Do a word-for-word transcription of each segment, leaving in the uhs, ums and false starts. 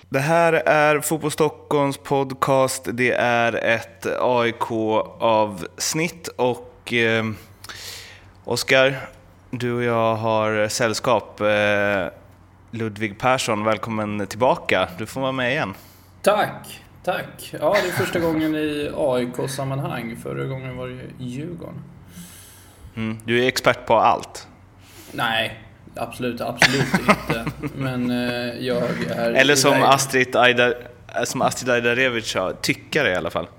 Det här är Fotboll Stockholms podcast. Det är ett A I K-avsnitt och eh, Oskar, du och jag har sällskap. Eh, Ludvig Persson, välkommen tillbaka. Du får vara med igen. Tack, tack. Ja, det är första gången i A I K-sammanhang. Förra gången var det Djurgården. Mm, du är expert på allt. Nej, absolut, absolut inte. Men eh, jag är... Eller som Astrid Aida, som Astrid Ajdarevic sa, tyckare i alla fall.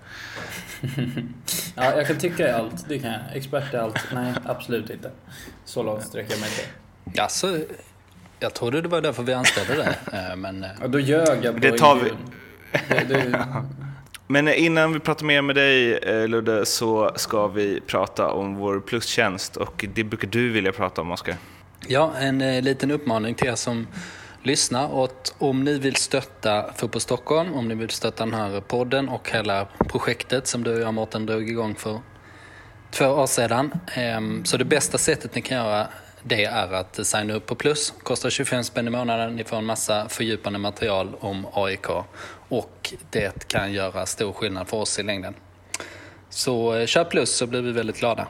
Ja, jag kan tycka i allt, det kan jag. Expert i allt, nej, absolut inte. Så långt sträcker jag mig inte. Alltså, jag trodde det var därför vi anställde det. Men... Ja, då ljög jag på det tar vi. Det, det... Men innan vi pratar mer med dig, Ludde, så ska vi prata om vår plustjänst. Och det brukar du vilja prata om, Oskar. Ja, en eh, liten uppmaning till er som lyssnar. Och om ni vill stötta Fotboll Stockholm, om ni vill stötta den här podden och hela projektet som du och jag, Mårten, drog igång för två år sedan. Eh, så det bästa sättet ni kan göra det är att signa upp på Plus. Kostar tjugofem spänn i månaden. Ni får en massa fördjupande material om A I K. Och det kan göra stor skillnad för oss i längden. Så eh, kör Plus så blir vi väldigt glada.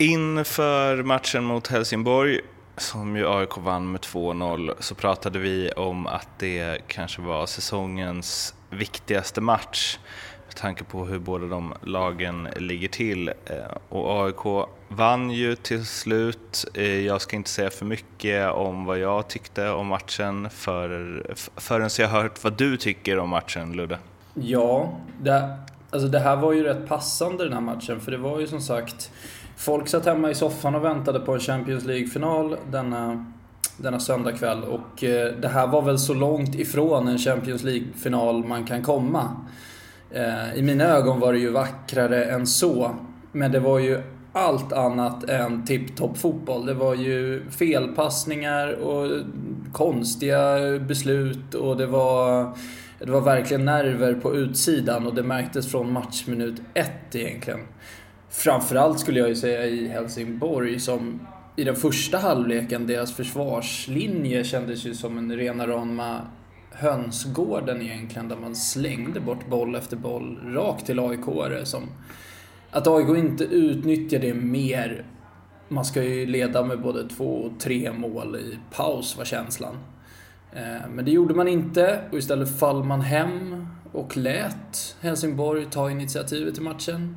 Inför matchen mot Helsingborg, som ju A I K vann med två noll, så pratade vi om att det kanske var säsongens viktigaste match med tanke på hur båda de lagen ligger till. Och A I K vann ju till slut. Jag ska inte säga för mycket om vad jag tyckte om matchen för, förrän jag har hört vad du tycker om matchen, Ludde. Ja, det, alltså det här var ju rätt passande, den här matchen. För det var ju som sagt... Folk satt hemma i soffan och väntade på en Champions League-final denna, denna söndagkväll. Och eh, det här var väl så långt ifrån en Champions League-final man kan komma. Eh, I mina ögon var det ju vackrare än så. Men det var ju allt annat än tipp-topp fotboll. Det var ju felpassningar och konstiga beslut. Och det var, det var verkligen nerver på utsidan. Och det märktes från matchminut ett egentligen. Framförallt skulle jag ju säga i Helsingborg, som i den första halvleken, deras försvarslinje kändes ju som en rena rama hönsgården egentligen, där man slängde bort boll efter boll rakt till A I K-are. Som att A I K inte utnyttjar det mer. Man ska ju leda med både två och tre mål i paus, var känslan. Men det gjorde man inte, och istället fall man hem och lät Helsingborg ta initiativet i matchen.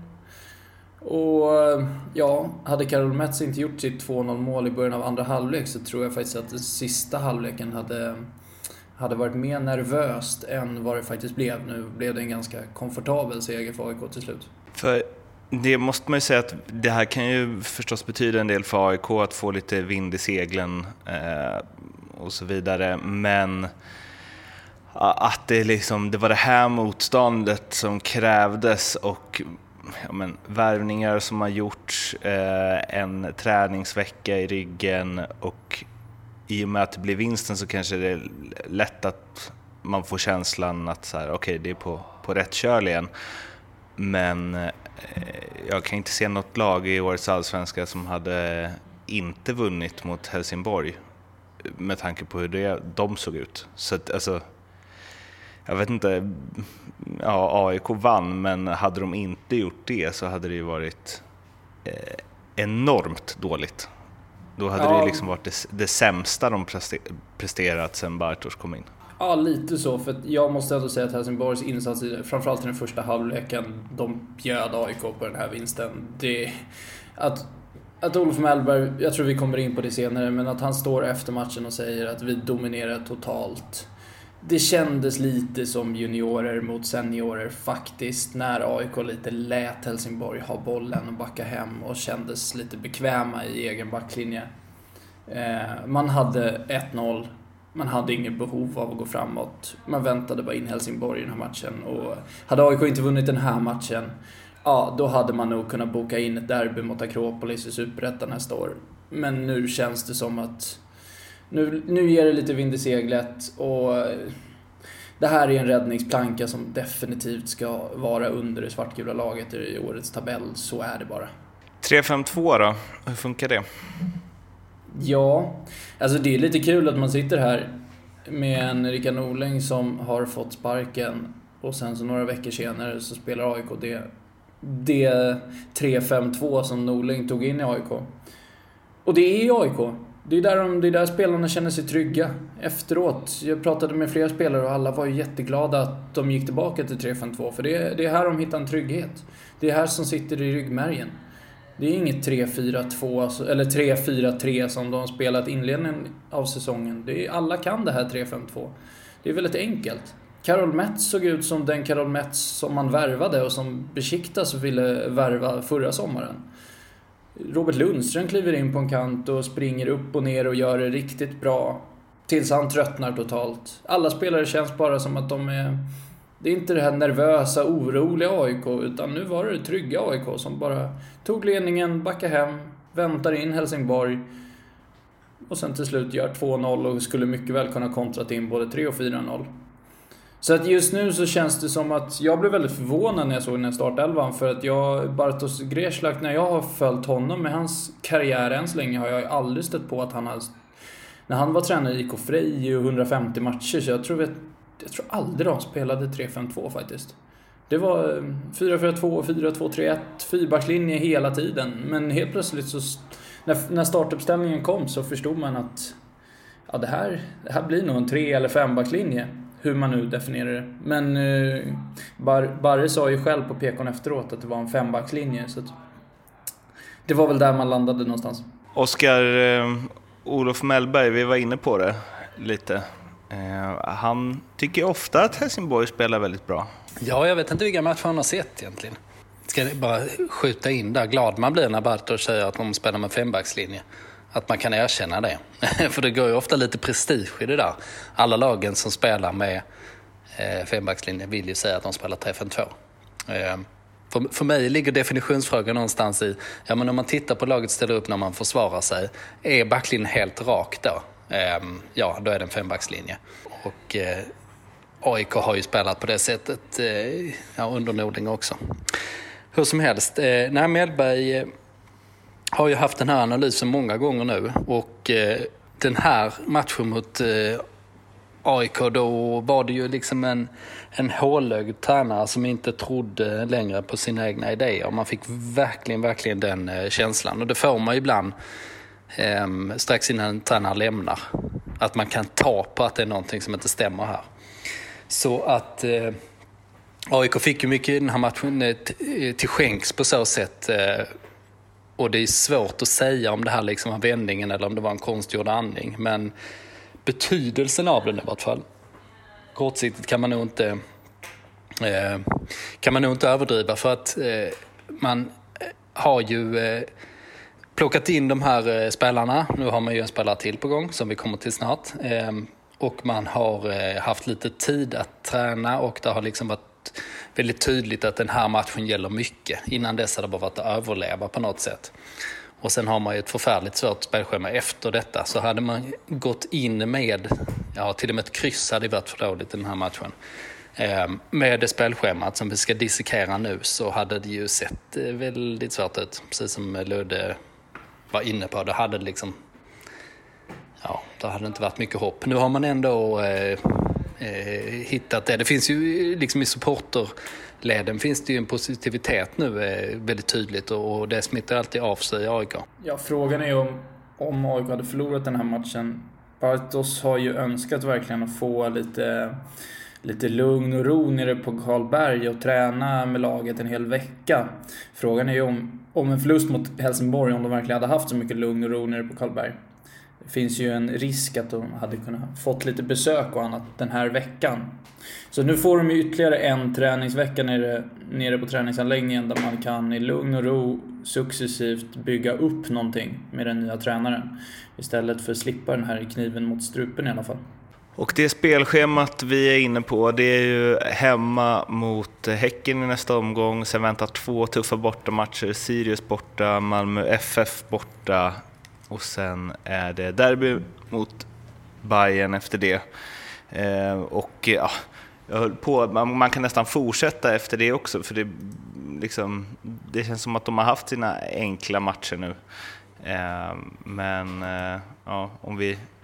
Och ja, hade Karol Metz inte gjort sitt två noll mål i början av andra halvlek, så tror jag faktiskt att den sista halvleken hade, hade varit mer nervöst än vad det faktiskt blev. Nu blev det en ganska komfortabel seger för A I K till slut. För det måste man ju säga att det här kan ju förstås betyda en del för A I K att få lite vind i seglen eh, och så vidare. Men att det, liksom, det var det här motståndet som krävdes, och ja, men, värvningar som har gjorts, eh, en träningsvecka i ryggen, och i och med att det blir vinsten så kanske det är lätt att man får känslan att så här, okej, det är på, på rätt köl igen. Men eh, jag kan inte se något lag i årets allsvenska som hade inte vunnit mot Helsingborg med tanke på hur det, de såg ut. Så att, alltså, jag vet inte, ja, A I K vann, men hade de inte gjort det så hade det ju varit eh, enormt dåligt. Då hade ja. det liksom varit det, det sämsta de presterat sedan Bartosz kom in. Ja, lite så, för jag måste ändå säga att Helsingborgs insats, framförallt i den första halvleken, de bjöd A I K på den här vinsten. Det, att, att Olof Mellberg, jag tror vi kommer in på det senare, men att han står efter matchen och säger att vi dominerar totalt. Det kändes lite som juniorer mot seniorer faktiskt, när A I K lite lät Helsingborg ha bollen och backa hem och kändes lite bekväma i egen backlinje. Eh, man hade ett noll, man hade ingen behov av att gå framåt. Man väntade bara in Helsingborg i den här matchen, och hade A I K inte vunnit den här matchen, ja, då hade man nog kunnat boka in ett derby mot Akropolis i Superettan nästa år. Men nu känns det som att Nu, nu ger det lite vind i seglet, och det här är en räddningsplanka som definitivt ska vara under det svartgula laget i årets tabell. Så är det bara. tre fem två då, hur funkar det? Ja, alltså det är lite kul att man sitter här med en Rickard Norling som har fått sparken och sen så några veckor senare så spelar A I K det, det tre fem två som Norling tog in i A I K. Och det är ju A I K. Det är, där de, det är där spelarna känner sig trygga efteråt. Jag pratade med flera spelare och alla var ju jätteglada att de gick tillbaka till tre fem två. För det är, det är här de hittar en trygghet. Det är här som sitter i ryggmärgen. Det är inget tre fyra två eller tre fyra tre som de spelat inledningen av säsongen. Det är, alla kan det här tre fem två. Det är väldigt enkelt. Karol Metz såg ut som den Karol Metz som man värvade och som Besiktas ville värva förra sommaren. Robert Lundström kliver in på en kant och springer upp och ner och gör det riktigt bra tills han tröttnar totalt. Alla spelare känns bara som att de är... Det är inte det här nervösa, oroliga A I K, utan nu var det det trygga A I K som bara tog ledningen, backade hem, väntar in Helsingborg och sen till slut gör två noll och skulle mycket väl kunna kontrat in både tre och fyra noll. Så att just nu så känns det som att jag blev väldigt förvånad när jag såg den här startelvan, för att jag, Bartosz Grzelak, när jag har följt honom med hans karriär än så länge har jag aldrig stött på att han har, när han var tränare i I K Frej i hundrafemtio matcher, så jag tror att jag tror aldrig de spelade tre fem två faktiskt. Det var fyra fyra två, fyra två tre ett, fyrbackslinje hela tiden, men helt plötsligt så när, när startuppställningen kom så förstod man att ja, det här det här blir nog en tre eller fembackslinje. Hur man nu definierar det. Men eh, Bar- Barre sa ju själv på P K:n efteråt att det var en fembackslinje. Så att det var väl där man landade någonstans. Oskar, eh, Olof Mellberg, vi var inne på det lite. Eh, han tycker ofta att Helsingborg spelar väldigt bra. Ja, jag vet inte vilka matcher han har sett egentligen. Ska jag bara skjuta in där. Glad man blir när Bartosz säger att de spelar med fembackslinje. Att man kan erkänna det. För det går ju ofta lite prestige i det där. Alla lagen som spelar med eh, fembackslinje vill ju säga att de spelar tre fem två. Eh, för, för mig ligger definitionsfrågan någonstans i, ja men om man tittar på laget ställer upp när man försvarar sig, är backlinjen helt rak då? Eh, ja, då är det en fembackslinje. Och eh, A I K har ju spelat på det sättet eh, ja, under Norling också. Hur som helst, eh, när Mellberg... Eh, har ju haft den här analysen många gånger nu och eh, den här matchen mot eh, A I K, då var det ju liksom en, en hålögd tränare som inte trodde längre på sina egna idéer. Man fick verkligen, verkligen den eh, känslan, och det får man ibland eh, strax innan en tränare lämnar, att man kan ta på att det är någonting som inte stämmer här. Så att eh, A I K fick ju mycket i den här matchen eh, t- till skänks på så sätt. Eh, Och det är svårt att säga om det här liksom var vändningen eller om det var en konstgjord andning. Men betydelsen av den i vart fall. Kortsiktigt kan man nog inte, eh, kan man nog inte överdriva. För att eh, man har ju eh, plockat in de här eh, spelarna. Nu har man ju en spelare till på gång som vi kommer till snart. Eh, och man har eh, haft lite tid att träna, och det har liksom varit väldigt tydligt att den här matchen gäller mycket. Innan dess hade det bara varit att överleva på något sätt. Och sen har man ju ett förfärligt svårt spelschema efter detta. Så hade man gått in med, ja till och med ett kryss hade varit för dåligt i den här matchen. Eh, med det spelschemat som vi ska dissekera nu så hade det ju sett väldigt svårt ut. Precis som Ludde var inne på. Det hade liksom, ja, det hade inte varit mycket hopp. Nu har man ändå... Eh, Eh, hittat det. Det finns ju liksom i supporterleden finns det ju en positivitet nu eh, väldigt tydligt, och, och det smittar alltid av sig i A I K. Ja, frågan är ju om, om A I K hade förlorat den här matchen. Bartosz har ju önskat verkligen att få lite, lite lugn och ro nere på Karlberg och träna med laget en hel vecka. Frågan är ju om, om en förlust mot Helsingborg, om de verkligen hade haft så mycket lugn och ro nere på Karlberg. Det finns ju en risk att de hade kunnat fått lite besök och annat den här veckan. Så nu får de ju ytterligare en träningsvecka nere, nere på träningsanläggningen där man kan i lugn och ro successivt bygga upp någonting med den nya tränaren. Istället för att slippa den här kniven mot strupen i alla fall. Och det spelschemat vi är inne på, det är ju hemma mot Häcken i nästa omgång. Sen väntar två tuffa bortamatcher. Sirius borta, Malmö F F borta. Och sen är det derby mot Bayern efter det. Eh, och ja, jag höll på, man, man kan nästan fortsätta efter det också. För det, liksom, det känns som att de har haft sina enkla matcher nu. Eh, men eh, ja, om vi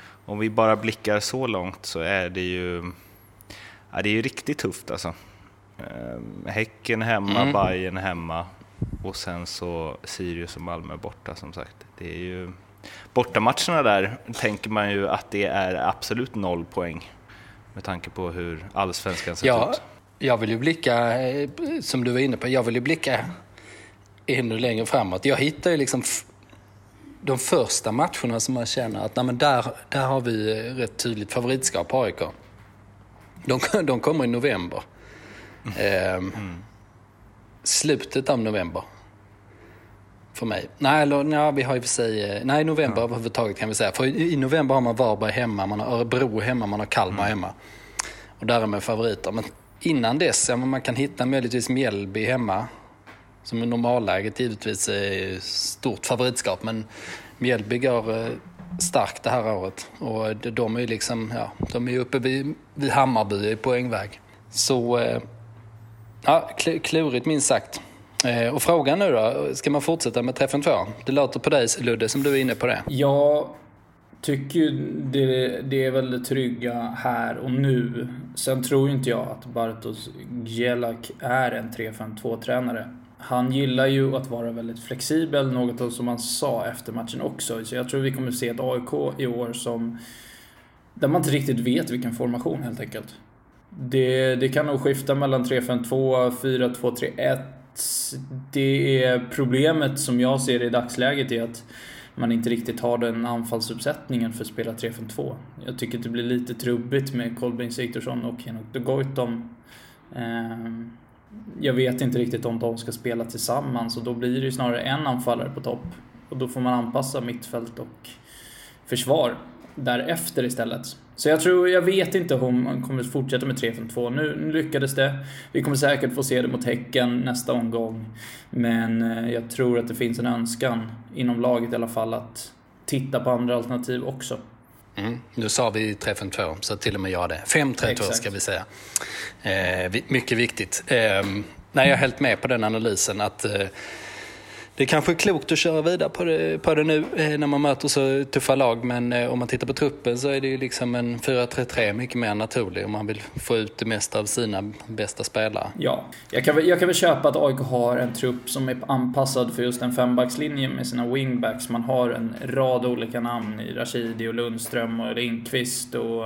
om vi bara blickar så långt så är det ju, ja, det är ju riktigt tufft alltså. Häcken hemma, mm. Bayern hemma och sen så Sirius och Malmö borta som sagt. Det är ju bortamatcherna där tänker man ju att det är absolut noll poäng med tanke på hur allsvenskan ser ja, ut. Jag vill ju blicka, som du var inne på, jag vill ju blicka ännu längre framåt. Jag hittar ju liksom f- de första matcherna som man känner att nej, men där, där har vi rätt tydligt favoritskap A I K. De, de kommer i november. Eh, mm. Slutet av november. För mig. Nej, eller, nej, vi har ju för sig... Nej, november ja. överhuvudtaget kan vi säga. För i, i november har man Varberg hemma, man har Örebro hemma, man har Kalmar mm. hemma. Och där är man favoriter. Men innan dess, ja, man kan hitta möjligtvis Mjällby hemma. Som i normalläget givetvis är stort favoritskap. Men Mjällby går starkt det här året. Och de är ju liksom, ja, de är ju uppe vid, vid Hammarby i poängväg. Så, ja, klurigt minst sagt. Och frågan nu då, ska man fortsätta med träffen två? Det låter på dig, Ludde, som du är inne på det. Jag tycker det, det är väldigt trygga här och nu. Sen tror inte jag att Bartosz Gielak är en tre fem två-tränare. Han gillar ju att vara väldigt flexibel, något som han sa efter matchen också. Så jag tror vi kommer se ett A I K i år som där man inte riktigt vet vilken formation helt enkelt. Det, det kan nog skifta mellan tre fem två, fyra två tre ett. Det är problemet som jag ser i dagsläget är att man inte riktigt har den anfallsuppsättningen för att spela tre fem två. Jag tycker att det blir lite trubbigt med Kolbeinn Sigthorsson och Henok de Goitom. Jag vet inte riktigt om de ska spela tillsammans och då blir det ju snarare en anfallare på topp. Och då får man anpassa mittfält och försvar därefter istället. Så jag tror, jag vet inte om man kommer fortsätta med tre fem två. Nu, nu lyckades det. Vi kommer säkert få se det mot Häcken nästa omgång. Men jag tror att det finns en önskan inom laget i alla fall att titta på andra alternativ också. Mm. Nu sa vi tre fem två, så till och med jag det. fem tre två ska vi säga. Eh, mycket viktigt. Eh, nej, jag är helt med på den analysen att eh, det är kanske klokt att köra vidare på det, på det nu eh, när man möter så tuffa lag. Men eh, om man tittar på truppen så är det ju liksom en fyra tre tre mycket mer naturlig om man vill få ut det mesta av sina bästa spelare. Ja, jag kan, jag kan väl köpa att A I K har en trupp som är anpassad för just en fembackslinje med sina wingbacks. Man har en rad olika namn i Rashidi och Lundström och Lindqvist och,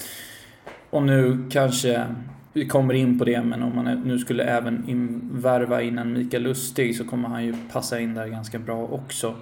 och nu kanske... Vi kommer in på det, men om man nu skulle även in, värva in en Mikael Lustig så kommer han ju passa in där ganska bra också.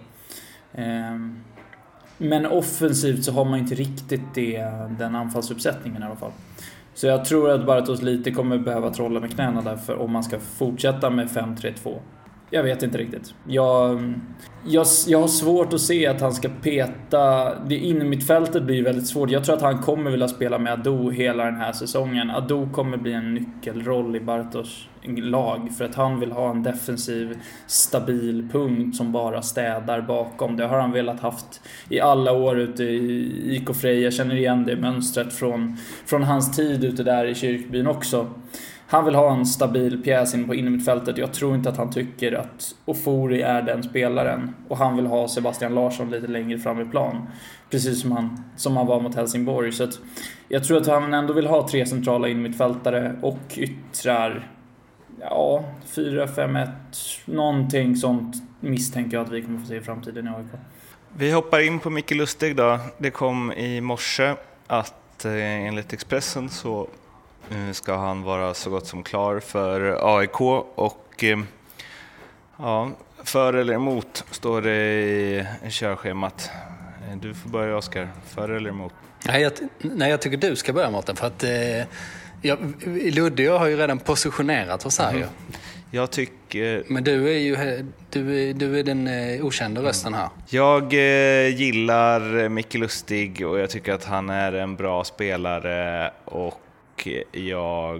Ehm, men offensivt så har man inte riktigt det, den anfallsuppsättningen i alla fall. Så jag tror att Bartosz lite kommer behöva trolla med knäna därför om man ska fortsätta med fem tre två. Jag vet inte riktigt. Jag, jag, jag har svårt att se att han ska peta... Det inne mittfältet blir väldigt svårt. Jag tror att han kommer vilja spela med Ado hela den här säsongen. Ado kommer bli en nyckelroll i Bartosz lag för att han vill ha en defensiv, stabil punkt som bara städar bakom. Det har han velat haft i alla år ute i I K Frej. Jag känner igen det mönstret från, från hans tid ute där i Kyrkbyn också. Han vill ha en stabil pjäs in på innermittfältet. Jag tror inte att han tycker att Ofori är den spelaren. Och han vill ha Sebastian Larsson lite längre fram i plan. Precis som han, som han var mot Helsingborg. Så att jag tror att han ändå vill ha tre centrala innermittfältare och yttrar... Ja, fyra fem ett. Någonting sånt misstänker jag att vi kommer få se i framtiden i A I K. Vi hoppar in på Mikael Lustig då. Det kom i morse att eh, enligt Expressen så... Nu ska han vara så gott som klar för A I K och ja, för eller emot står det i körschemat. Du får börja, Oskar. För eller emot? Nej, jag, nej, jag tycker du ska börja, Mårten, för att eh, jag, Ludde och jag har ju redan positionerat oss här. Mm. Jag tycker... Men du är ju du är, du är den eh, okända rösten här. Jag eh, gillar Mikael Lustig och jag tycker att han är en bra spelare och jag,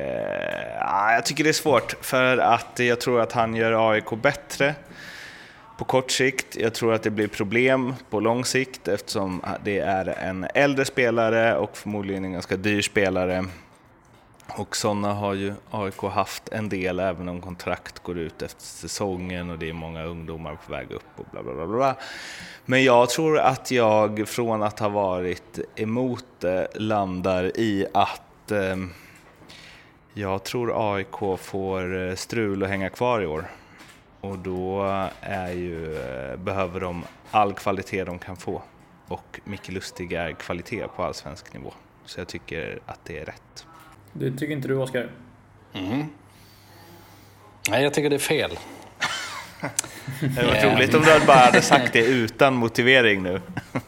eh, jag tycker det är svårt för att jag tror att han gör A I K bättre på kort sikt. Jag tror att det blir problem på lång sikt eftersom det är en äldre spelare och förmodligen en ganska dyr spelare. Och sådana har ju A I K haft en del, även om kontrakt går ut efter säsongen och det är många ungdomar på väg upp och bla bla bla bla. Men jag tror att jag från att ha varit emot det landar i att eh, jag tror A I K får strul och hänga kvar i år. Och då är ju, behöver de all kvalitet de kan få. Och Micke Lustig är kvalitet på allsvensk nivå. Så jag tycker att det är rätt. Det tycker inte du, Oskar? Mm. Nej, jag tycker det är fel. Det var roligt om du bara hade sagt det utan motivering nu.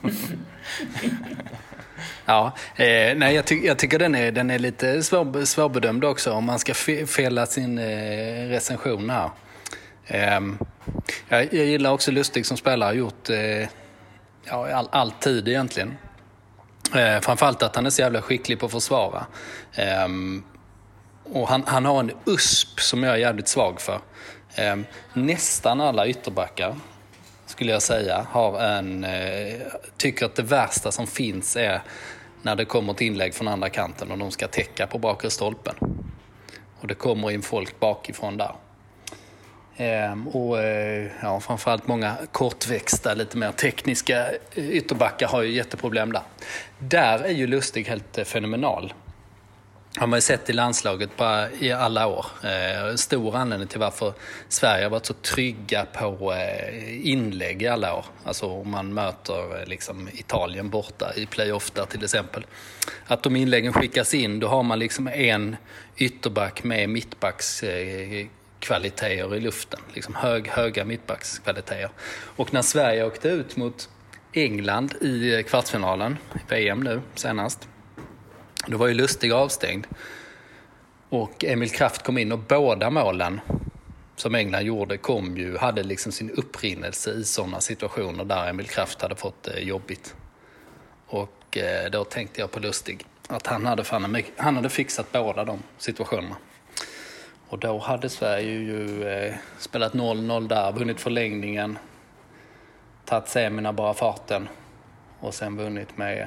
Ja, eh, nej, jag, ty- jag tycker den är, den är lite svår, svårbedömd också om man ska fe- fälla sin eh, recension här. Eh, jag, jag gillar också Lustig som spelare, har gjort eh, ja, all, alltid egentligen. Eh, framförallt att han är så jävla skicklig på att försvara. Eh, och han, han har en U S P som jag är jävligt svag för. Eh, nästan alla ytterbackar, skulle jag säga, har en, eh, tycker att det värsta som finns är när det kommer ett inlägg från andra kanten och de ska täcka på bakre stolpen. Och det kommer in folk bakifrån där. Eh, och eh, ja, framförallt många kortväxta, lite mer tekniska ytterbackar har ju jätteproblem där. Där är ju Lustig helt eh, fenomenal. Har man ju sett i landslaget bara i alla år. Eh, stor anledning till varför Sverige har varit så trygga på eh, inlägg i alla år. Alltså om man möter eh, liksom Italien borta i playoff där till exempel. Att de inläggen skickas in, då har man liksom en ytterback med mittbacks eh, kvaliteter i luften. Liksom hög, höga mittbackskvaliteter. Och när Sverige åkte ut mot England i kvartsfinalen, i V M nu senast, då var ju Lustig avstängd. Och Emil Kraft kom in och båda målen som England gjorde kom ju, hade liksom sin upprinnelse i sådana situationer där Emil Kraft hade fått eh, jobbigt. Och eh, då tänkte jag på Lustig. Att han hade, fan, han hade fixat båda de situationerna. Och då hade Sverige ju eh, spelat noll noll där, vunnit förlängningen, tagit semina bara farten och sen vunnit med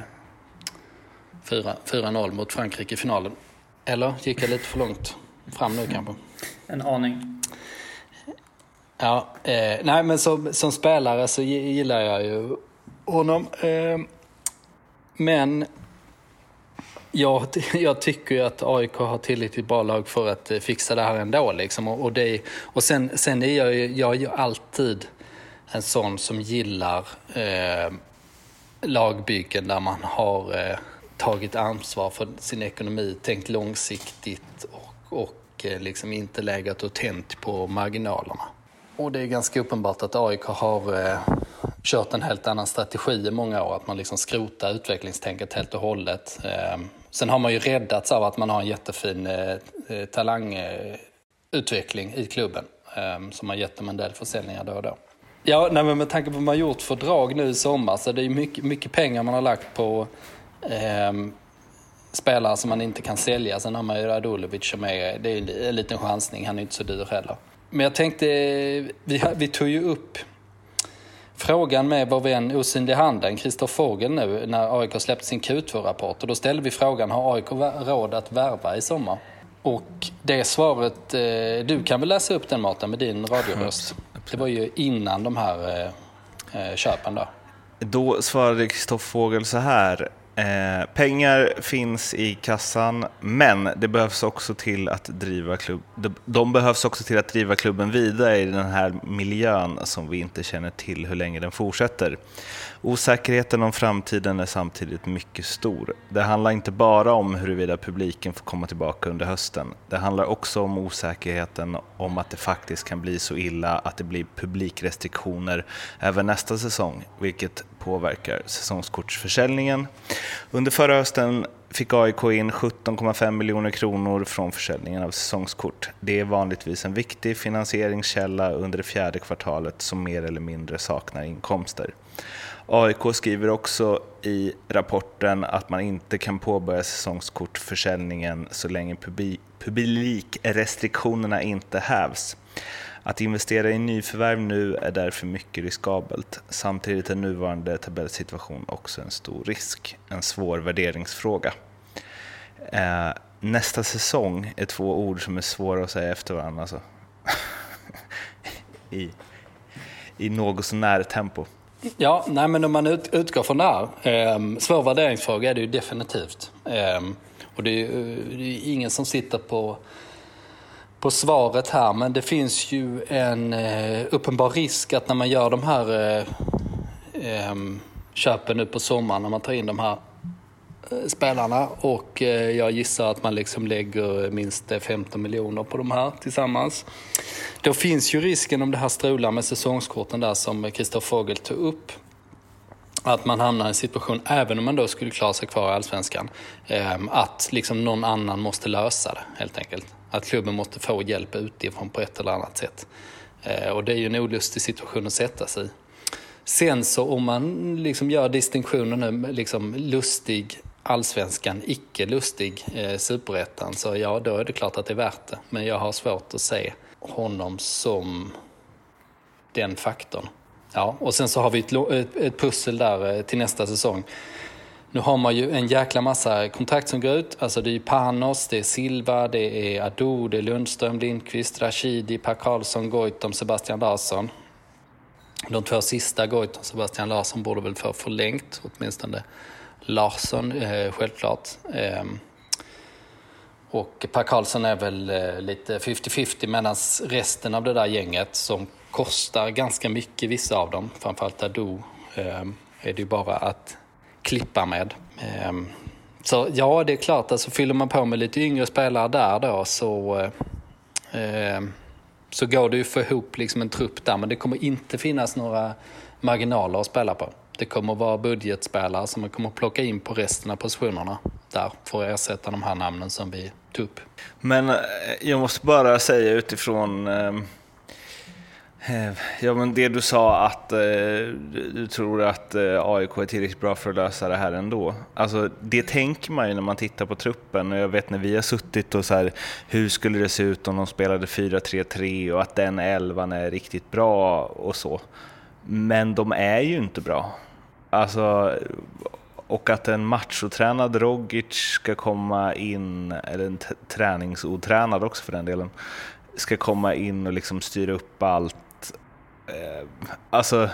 fyra noll mot Frankrike i finalen. Eller gick jag lite för långt fram nu kanske? En aning. Ja, eh, nej men som, som spelare så gillar jag ju honom. Eh, men jag, jag tycker ju att A I K har tillräckligt bra lag för att fixa det här ändå. Liksom. Och, och, det, och sen, sen är jag ju, jag är ju alltid en sån som gillar eh, lagbyggen där man har eh, tagit ansvar för sin ekonomi, tänkt långsiktigt och, och eh, liksom inte läggat och tänt på marginalerna. Och det är ganska uppenbart att A I K har eh, kört en helt annan strategi i många år. Att man liksom skrotar utvecklingstänket helt och hållet. Eh, sen har man ju räddats av att man har en jättefin eh, talangutveckling eh, i klubben. Eh, som har gett dem en del försäljningar då och då. Ja, nej, men med tanke på vad man har gjort för drag nu i sommar så det är mycket, mycket pengar man har lagt på eh, spelare som man inte kan sälja. Sen har man ju Radulovic som är, det är en liten chansning, han är inte så dyr heller. Men jag tänkte, vi, vi tog ju upp frågan med vår vän Osynlig Handen, Christoph Fogel nu, när A I K släppte sin Q två-rapport. Och då ställde vi frågan, har A I K råd att värva i sommar? Och det svaret, du kan väl läsa upp den, Martin, med din radioröst. Det var ju innan de här eh, köpen då. Då svarade Christoph Fogel så här. Eh, pengar finns i kassan, men det behövs också till att driva klubb, de, de behövs också till att driva klubben vidare i den här miljön som vi inte känner till hur länge den fortsätter. Osäkerheten om framtiden är samtidigt mycket stor. Det handlar inte bara om huruvida publiken får komma tillbaka under hösten. Det handlar också om osäkerheten om att det faktiskt kan bli så illa att det blir publikrestriktioner även nästa säsong, vilket påverkar säsongskortsförsäljningen. Under förra hösten fick A I K in sjutton komma fem miljoner kronor från försäljningen av säsongskort. Det är vanligtvis en viktig finansieringskälla under det fjärde kvartalet som mer eller mindre saknar inkomster. A I K skriver också i rapporten att man inte kan påbörja säsongskortförsäljningen så länge publikrestriktionerna inte hävs. Att investera i nyförvärv nu är därför mycket riskabelt. Samtidigt är nuvarande tabellsituation också en stor risk, en svår värderingsfråga. Eh, nästa säsong är två ord som är svåra att säga efter varandra. Alltså. I, I något så nära tempo. Ja, nej, men om man ut, utgår från det här. Eh, svår värderingsfråga är det ju definitivt. Eh, och det är ju det är ingen som sitter på, på svaret här. Men det finns ju en eh, uppenbar risk att när man gör de här eh, eh, köpen nu på sommaren, när man tar in de här eh, spelarna. Och eh, jag gissar att man liksom lägger minst femton miljoner på de här tillsammans. Då finns ju risken, om det här strular med säsongskorten där som Christoph Fogel tog upp, att man hamnar i en situation, även om man då skulle klara sig kvar i Allsvenskan, att liksom någon annan måste lösa det helt enkelt. Att klubben måste få hjälp utifrån på ett eller annat sätt. Och det är ju en olustig situation att sätta sig i. Sen så om man liksom gör distinktionen nu, liksom lustig Allsvenskan, icke lustig superettan, så ja, då är det klart att det är värt det. Men jag har svårt att se honom som den faktorn. Ja, och sen så har vi ett, ett, ett pussel där till nästa säsong. Nu har man ju en jäkla massa kontrakt som går ut. Alltså det är ju Panos, det är Silva, det är Ado, det är Lundström, Lindqvist, Rashidi, Per Karlsson, Goitom, Sebastian Larsson. De två sista, Goitom och Sebastian Larsson, borde väl få förlängt, åtminstone Larsson, eh, självklart. Eh, Och Per Karlsson är väl eh, lite femtio femtio, medan resten av det där gänget som kostar ganska mycket, vissa av dem, framförallt Ado, eh, är det ju bara att klippa med. Eh, så ja, det är klart, alltså fyller man på med lite yngre spelare där då, så, eh, så går det ju för ihop liksom en trupp där, men det kommer inte finnas några marginaler att spela på. Det kommer vara budgetspelare som man kommer plocka in på resten av positionerna där för att ersätta de här namnen som vi tog upp. Men jag måste bara säga utifrån eh, ja, men det du sa, att eh, du tror att eh, A I K är tillräckligt bra för att lösa det här ändå. Alltså, det tänker man ju när man tittar på truppen. Och jag vet när vi har suttit och så här, hur skulle det se ut om de spelade fyra tre tre och att den elvan är riktigt bra och så. Men de är ju inte bra. Alltså, och att en machotränad Rogic ska komma in, eller en t- träningsotränad också för den delen, ska komma in och liksom styra upp allt. Eh, alltså,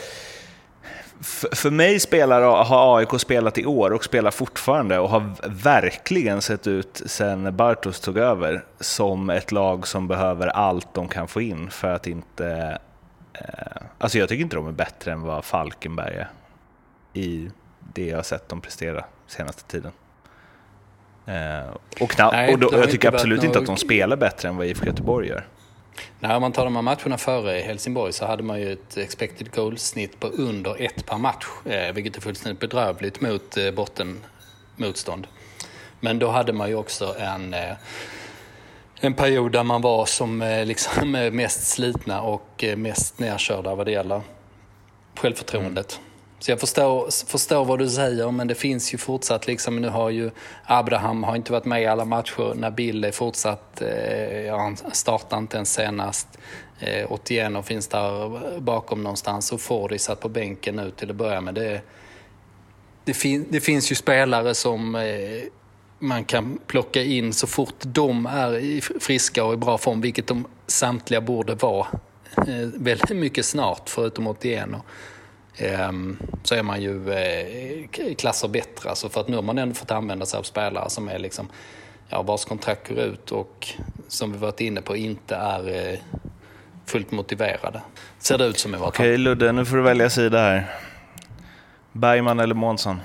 f- för mig spelar, har A I K spelat i år och spelar fortfarande och har verkligen sett ut sen Bartos tog över som ett lag som behöver allt de kan få in för att inte... Eh, alltså jag tycker inte de är bättre än vad Falkenberg är i det jag har sett dem prestera senaste tiden. Eh, och, knapp, Nej, och då, jag tycker absolut inte att de spelar bättre än vad I F K Göteborg gör. När man tar de här matcherna före i Helsingborg så hade man ju ett expected goal-snitt på under ett per match, eh, vilket är fullständigt bedrövligt mot eh, bottenmotstånd. Men då hade man ju också en, eh, en period där man var som eh, liksom mest slitna och eh, mest nedkörda vad det gäller självförtroendet. Mm. Så jag förstår, förstår vad du säger, men det finns ju fortsatt liksom, nu har ju Abraham har inte varit med i alla matcher, Nabil är fortsatt, eh, ja, han startar inte ens senast, eh, åttioen finns där bakom någonstans och får det satt på bänken nu till att börja med. Det, det, fin, det finns ju spelare som eh, man kan plocka in så fort de är friska och i bra form, vilket de samtliga borde vara eh, väldigt mycket snart, förutom åttioen. Så är man ju klasser bättre, alltså, för att nu har man ändå fått använda sig av spelare som är liksom, ja, vars kontrakt går ut och som vi varit inne på inte är fullt motiverade. Ser det ut som i vart fall. Okej Ludde, nu får du välja sida här. Bergman eller Månsson?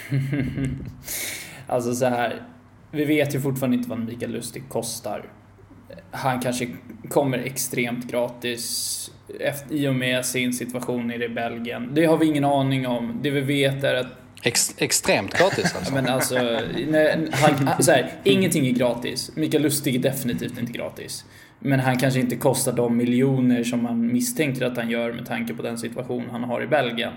Alltså så här, vi vet ju fortfarande inte vad Mikael Lustig kostar. Han kanske kommer extremt gratis efter, i och med sin situation nere i Belgien. Det har vi ingen aning om. Det vi vet är att Ex, extremt gratis alltså. Men alltså, nej, han, så här, ingenting är gratis. Mikael Lustig är definitivt inte gratis. Men han kanske inte kostar de miljoner som man misstänker att han gör med tanke på den situation han har i Belgien.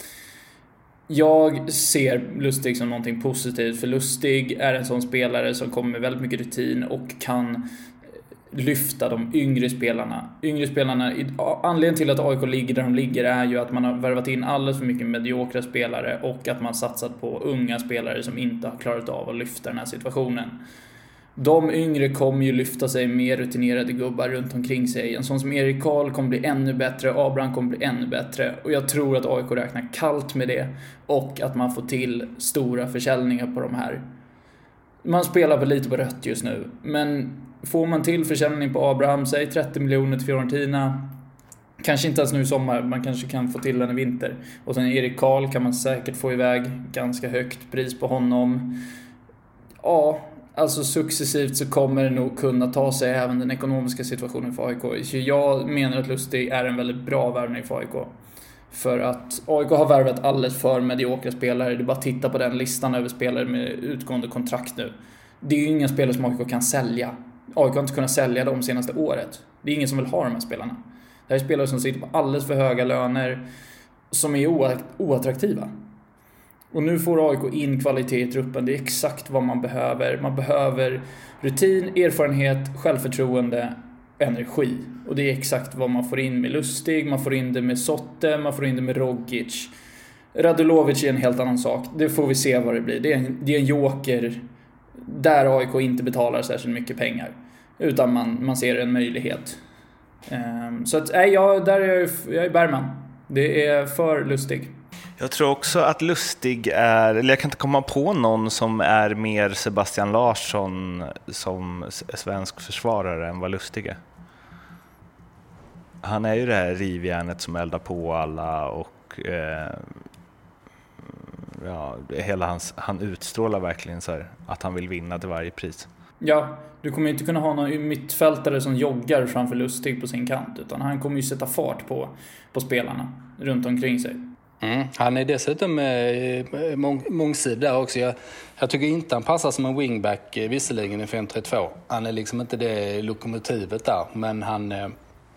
Jag ser Lustig som någonting positivt, för Lustig är en sån spelare som kommer med väldigt mycket rutin och kan lyfta de yngre spelarna. Yngre spelarna, anledningen till att A I K ligger där de ligger är ju att man har värvat in alldeles för mycket mediokra spelare och att man satsat på unga spelare som inte har klarat av att lyfta den här situationen. De yngre kommer ju lyfta sig mer rutinerade gubbar runt omkring sig. En sån som Erik Karl kommer bli ännu bättre, Abraham kommer bli ännu bättre. Och jag tror att A I K räknar kallt med det. Och att man får till stora försäljningar på de här. Man spelar väl lite på rött just nu. Men får man till försäljning på Abraham, säg trettio miljoner till Fiorentina. Kanske inte ens nu i sommar, man kanske kan få till den i vinter. Och sen Erik Karl kan man säkert få iväg ganska högt pris på honom. Ja, alltså successivt så kommer det nog kunna ta sig även den ekonomiska situationen för A I K. Så jag menar att Lustig är en väldigt bra värvning för A I K. För att A I K har värvat alldeles för mediokra spelare. Det är bara att titta på den listan över spelare med utgående kontrakt nu. Det är ju inga spelare som A I K kan sälja. A I K har inte kunnat sälja dem senaste året. Det är ingen som vill ha de här spelarna. Det här är spelare som sitter på alldeles för höga löner som är oattraktiva. Och nu får A I K in kvalitet i truppen. Det är exakt vad man behöver. Man behöver rutin, erfarenhet, självförtroende, energi. Och det är exakt vad man får in med Lustig. Man får in det med Sotte, man får in det med Rogic. Radulovic är en helt annan sak. Det får vi se vad det blir. Det är en, det är en joker där A I K inte betalar särskilt mycket pengar. Utan man, man ser en möjlighet. Um, så att, nej, jag, där är jag, jag är Bergman. Det är för Lustig. Jag tror också att Lustig är, eller jag kan inte komma på någon som är mer Sebastian Larsson som svensk försvarare än vad Lustig är. Han är ju det här rivjärnet som eldar på alla och eh, ja, hela hans, han utstrålar verkligen så här, att han vill vinna till varje pris. Ja, du kommer inte kunna ha någon mittfältare som joggar framför Lustig på sin kant, utan han kommer ju sätta fart på, på spelarna runt omkring sig. Mm. Han är dessutom eh, mång, mångsidig där också. Jag, jag tycker inte han passar som en wingback eh, visserligen i fem tre två. Han är liksom inte det lokomotivet där, men han eh,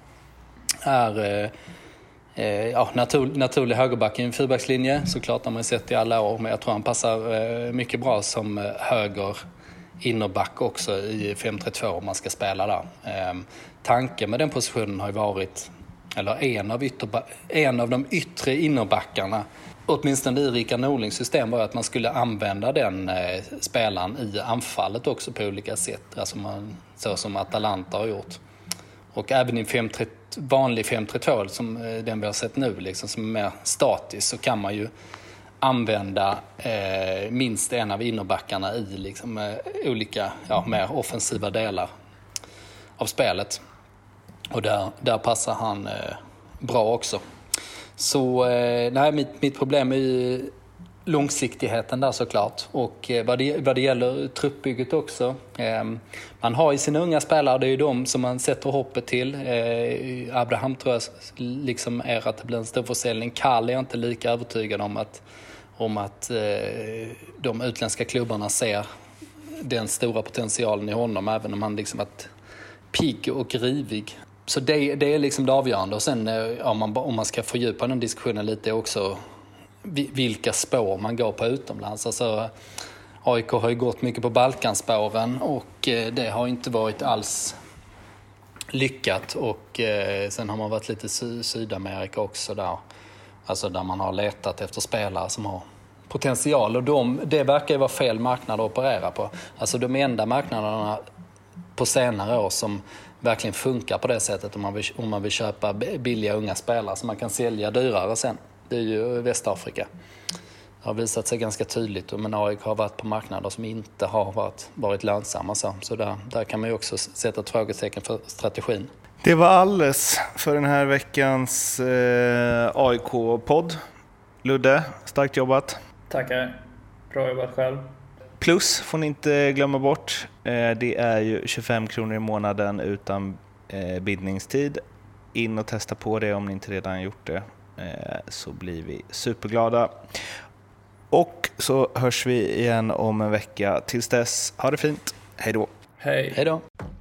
är eh, eh, ja, natur, naturlig högerback i en fyrbackslinje. Såklart har man sett i alla år, men jag tror han passar eh, mycket bra som eh, höger innerback också i fem tre två om man ska spela där. Eh, tanken med den positionen har ju varit, eller en av, ytterba- en av de yttre innerbackarna, åtminstone i Rickard Norlings system, var att man skulle använda den eh, spelaren i anfallet också på olika sätt. Alltså man, så som Atalanta har gjort. Och även i en vanlig fem tre två som eh, den vi har sett nu, liksom, som är mer statisk, så kan man ju använda eh, minst en av innerbackarna i liksom, eh, olika ja, mer offensiva delar av spelet. Och där, där passar han eh, bra också. Så eh, nej, mitt, mitt problem är ju långsiktigheten där såklart. Och eh, vad, det, vad det gäller truppbygget också. Eh, man har ju sina unga spelare, det är ju de som man sätter hoppet till. Eh, Abraham tror jag liksom är att det blir en stor försäljning. Karl är jag inte lika övertygad om att, om att eh, de utländska klubbarna ser den stora potentialen i honom. Även om han liksom varit pigg och rivig. Så det, det är liksom det avgörande. Och sen om man, om man ska fördjupa den diskussionen lite också, vilka spår man går på utomlands. Alltså, A I K har ju gått mycket på Balkanspåren och det har inte varit alls lyckat. Och sen har man varit lite i Sydamerika också där. Alltså där man har letat efter spelare som har potential. Och de, det verkar ju vara fel marknad att operera på. Alltså de enda marknaderna på senare år som verkligen funkar på det sättet om man vill, om man vill köpa billiga unga spelare som man kan sälja dyrare sen. Det är ju Västafrika. Det har visat sig ganska tydligt, men A I K har varit på marknader som inte har varit, varit lönsamma. Så, så där, där kan man ju också sätta ett frågetecken för strategin. Det var alles för den här veckans eh, A I K-podd. Ludde, starkt jobbat. Tackar. Bra jobbat själv. Plus får ni inte glömma bort, det är ju tjugofem kronor i månaden utan bindningstid. In och testa på det om ni inte redan gjort det, så blir vi superglada. Och så hörs vi igen om en vecka. Tills dess, ha det fint. Hej då. Hej. Hej då.